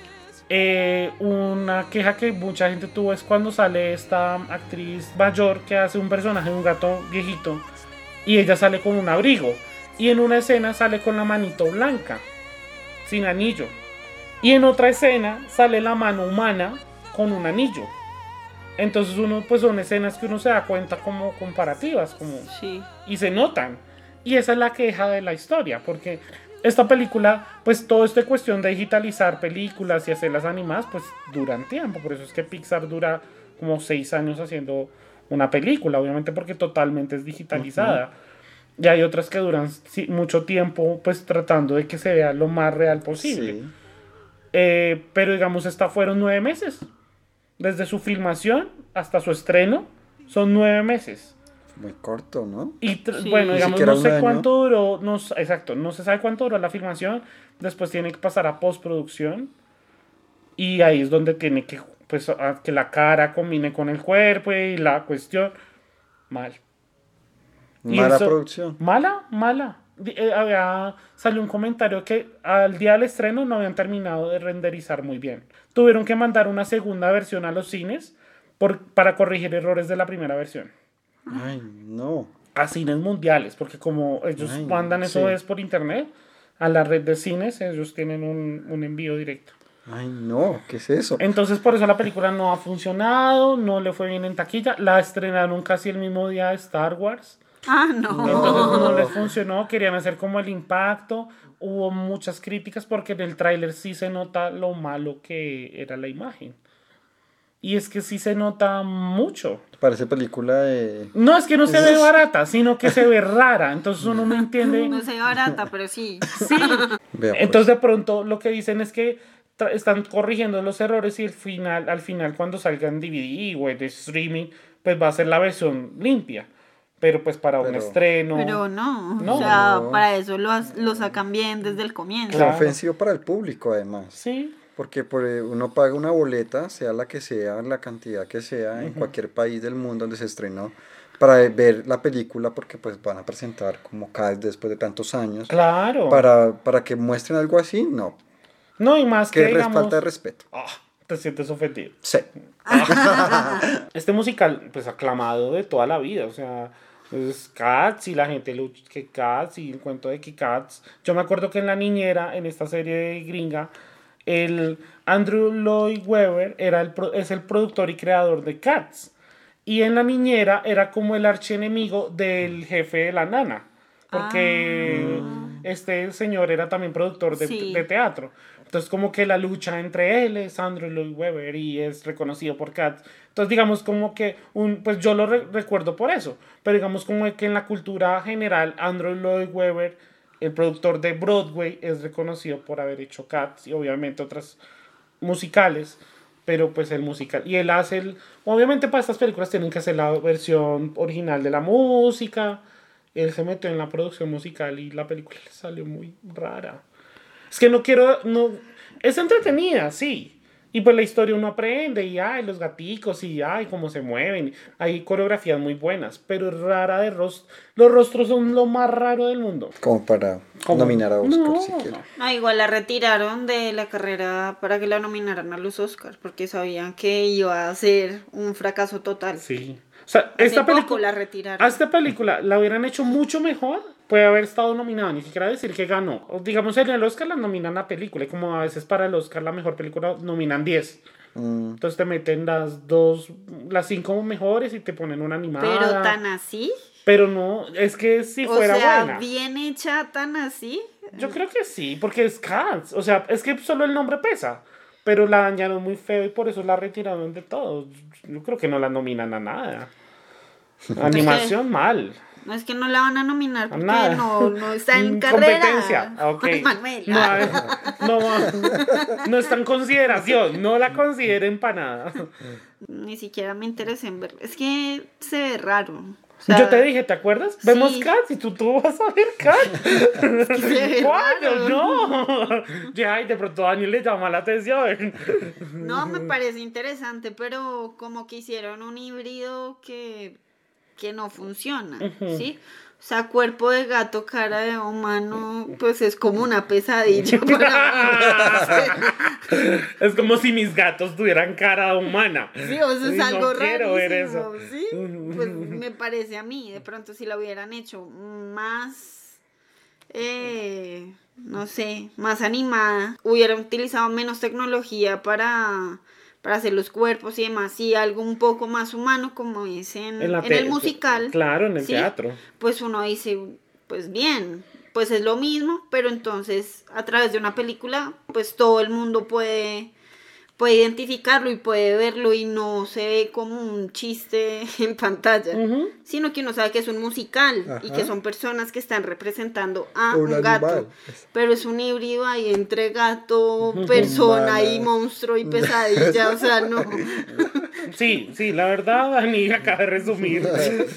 Una queja que mucha gente tuvo es cuando sale esta actriz mayor que hace un personaje de un gato viejito y ella sale con un abrigo y en una escena sale con la manito blanca sin anillo y en otra escena sale la mano humana con un anillo. Entonces pues son escenas que uno se da cuenta como comparativas y se notan, y esa es la queja de la historia, porque esta película, pues todo esta cuestión de digitalizar películas y hacerlas animadas, pues duran tiempo. Por eso es que Pixar dura como 6 años haciendo una película, obviamente porque totalmente es digitalizada. Y hay otras que duran mucho tiempo, pues tratando de que se vea lo más real posible. Sí. Pero digamos, esta fueron 9 meses. Desde su filmación hasta su estreno, son 9 meses. Muy corto, ¿no? Y bueno, Ni digamos, siquiera no un sé año. cuánto duró, exacto, no se sabe cuánto duró la filmación, después tiene que pasar a postproducción y ahí es donde tiene que, pues, que la cara combine con el cuerpo y la cuestión, mal. Y Mala eso- producción. Mala. Salió un comentario que al día del estreno no habían terminado de renderizar muy bien. Tuvieron que mandar una segunda versión a los cines para corregir errores de la primera versión. Ay, no. A cines mundiales, porque como ellos Ay, mandan eso sí. es por internet, a la red de cines, ellos tienen un envío directo. Ay, no. ¿Qué es eso? Entonces por eso la película no ha funcionado, no le fue bien en taquilla, la estrenaron casi el mismo día de Star Wars. No. Entonces no les funcionó, querían hacer como el impacto, hubo muchas críticas porque en el tráiler sí se nota lo malo que era la imagen. Y es que sí se nota mucho. Parece película de... No es que no se ve barata, sino que se ve rara, entonces uno no entiende. No sé barata, pero sí. Sí. Vea, pues. Entonces de pronto lo que dicen es que están corrigiendo los errores y al final cuando salga en DVD o de streaming, pues va a ser la versión limpia. Pero pues para un estreno... Pero no, No, o sea, no. para eso lo sacan bien desde el comienzo. Es Claro. ofensivo para el público, además. Sí. Porque uno paga una boleta, sea la que sea, la cantidad que sea, en cualquier país del mundo donde se estrenó, para ver la película, porque pues van a presentar como cada vez después de tantos años. Claro. Para que muestren algo así, no. No, y más que digamos... falta de respeto. Te sientes ofendido. Sí. Este musical, pues aclamado de toda la vida, o sea, es Cats y la gente que Cats y el cuento de que Cats. Yo me acuerdo que en La Niñera, en esta serie gringa, el Andrew Lloyd Webber es el productor y creador de Cats. Y en La Niñera era como el archienemigo del jefe de la nana. Porque este señor era también productor de teatro. Entonces como que la lucha entre él es Andrew Lloyd Webber y es reconocido por Cats. Entonces digamos como que, pues yo lo recuerdo por eso. Pero digamos como que en la cultura general Andrew Lloyd Webber, el productor de Broadway, es reconocido por haber hecho Cats y obviamente otras musicales. Pero pues el musical. Y él hace obviamente para estas películas tienen que hacer la versión original de la música. Él se metió en la producción musical y la película le salió muy rara. Es que es entretenida, sí. Y pues la historia uno aprende y los gaticos y cómo se mueven. Hay coreografías muy buenas, pero es rara de rostro. Los rostros son lo más raro del mundo. Como para nominar a Oscar, siquiera. No, igual la retiraron de la carrera para que la nominaran a los Oscars, porque sabían que iba a ser un fracaso total. Sí. O sea, esta película la hubieran hecho mucho mejor. Puede haber estado nominada, ni siquiera decir que ganó. O, digamos, en el Oscar la nominan a película. Y como a veces para el Oscar la mejor película nominan 10. Entonces te meten las 5 mejores y te ponen una animada. ¿Pero tan así? Pero no, es que si fuera buena. ¿Bien hecha tan así? Yo creo que sí, porque es Cats. O sea, es que solo el nombre pesa. Pero la dañaron muy feo y por eso la retiraron de todo. Yo creo que no la nominan a nada. Animación mal. No es que no la van a nominar porque no está en carrera. Competencia. Okay. Manuel. No está en consideración. No la consideren para nada. Ni siquiera me interesa en verla. Es que se ve raro. O sea, yo te dije, ¿te acuerdas? Sí. Vemos Cats y tú vas a ver Cats. Es que se ve ¿Cuándo? No. Ya, y de pronto a Daniel le llama la atención. No, me parece interesante, pero como que hicieron un híbrido que no funciona, ¿sí? O sea, cuerpo de gato, cara de humano, pues es como una pesadilla para mí. Es como si mis gatos tuvieran cara humana. Sí, o sea, es algo rarísimo. Quiero ver eso. ¿Sí? Pues me parece a mí, de pronto si la hubieran hecho más, no sé, más animada, hubieran utilizado menos tecnología para hacer los cuerpos y demás, y algo un poco más humano como es en el musical. Claro, en el teatro. Pues uno dice, pues bien, pues es lo mismo, pero entonces a través de una película, pues todo el mundo puede identificarlo y puede verlo y no se ve como un chiste en pantalla, sino que uno sabe que es un musical y que son personas que están representando a un gato, pero es un híbrido ahí entre gato, persona y monstruo y pesadilla, o sea, no. Sí, la verdad, Dani acaba de resumir.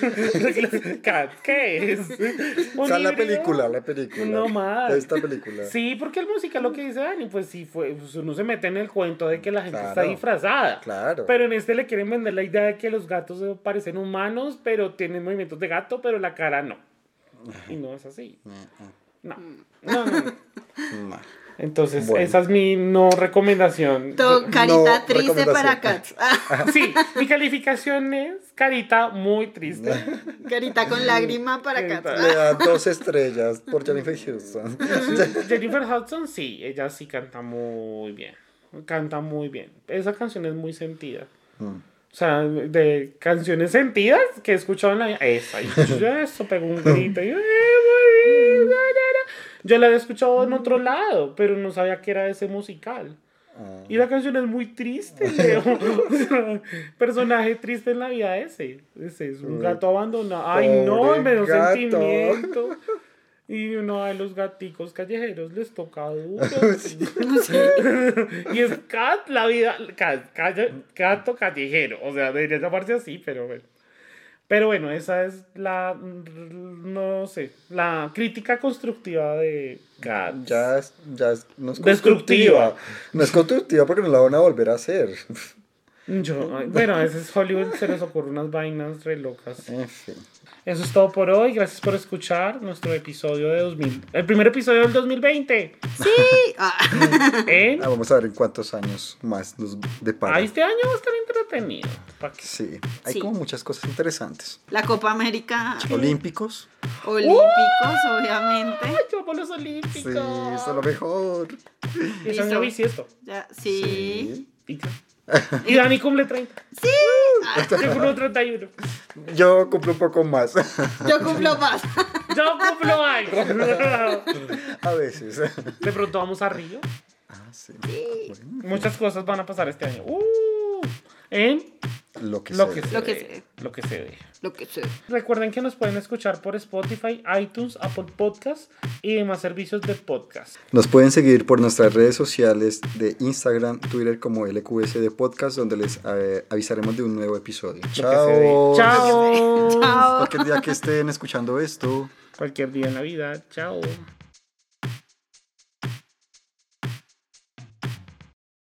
¿Qué es? La película. No más. Esta película. Sí, porque el musical lo que dice Dani, pues sí, pues uno se mete en el cuento de que la gente está disfrazada. Claro. Pero en este le quieren vender la idea de que los gatos parecen humanos, pero tienen movimientos de gato, pero la cara no. Y no es así. No. Entonces, esa es mi no recomendación. Carita triste para Cats. Sí, mi calificación es carita muy triste. Carita con lágrima para Cats. Le da 2 estrellas por Jennifer Hudson. Jennifer Hudson, sí, ella sí canta muy bien. Canta muy bien. Esa canción es muy sentida. O sea, de canciones sentidas que he escuchado en la vida. Esa. Y eso pegó un grito. Yo la había escuchado en otro lado, pero no sabía que era ese musical. Y la canción es muy triste, Leo. Personaje triste en la vida ese. Ese es un gato abandonado. Ay, no, me dio sentimiento. Y uno de los gaticos callejeros les toca duro. Y es Cat, la vida. Gato callejero. O sea, debería llamarse así, pero bueno. Pero bueno, esa es la crítica constructiva de Cats. Ya no es destructiva. No es constructiva porque no la van a volver a hacer. Bueno, a veces Hollywood se les ocurre unas vainas re locas. En fin. Eso es todo por hoy. Gracias por escuchar nuestro episodio de el primer episodio del 2020. Sí. Vamos a ver en cuántos años más nos depara. Este año va a estar entretenido. Sí, hay como muchas cosas interesantes. La Copa América. Olímpicos, obviamente. Yo por los olímpicos. Sí, eso es lo mejor. Y es año bisiesto. Ya, sí. Y Dani cumple 30. Sí. Yo cumplo 31. Yo cumplo un poco más. Yo cumplo más. Yo cumplo algo. A veces. De pronto vamos a Río. Sí. Sí. Bueno, Muchas cosas van a pasar este año. En lo que lo sea. que se Lo que dé. sea. Lo que se dé. Lo que sé. Recuerden que nos pueden escuchar por Spotify, iTunes, Apple Podcasts y demás servicios de podcast. Nos pueden seguir por nuestras redes sociales de Instagram, Twitter como LQSD Podcast, donde les avisaremos de un nuevo episodio. Lo que se Chao. dé. Chao. Chao. Cualquier día que estén escuchando esto. Cualquier día en la vida. Chao.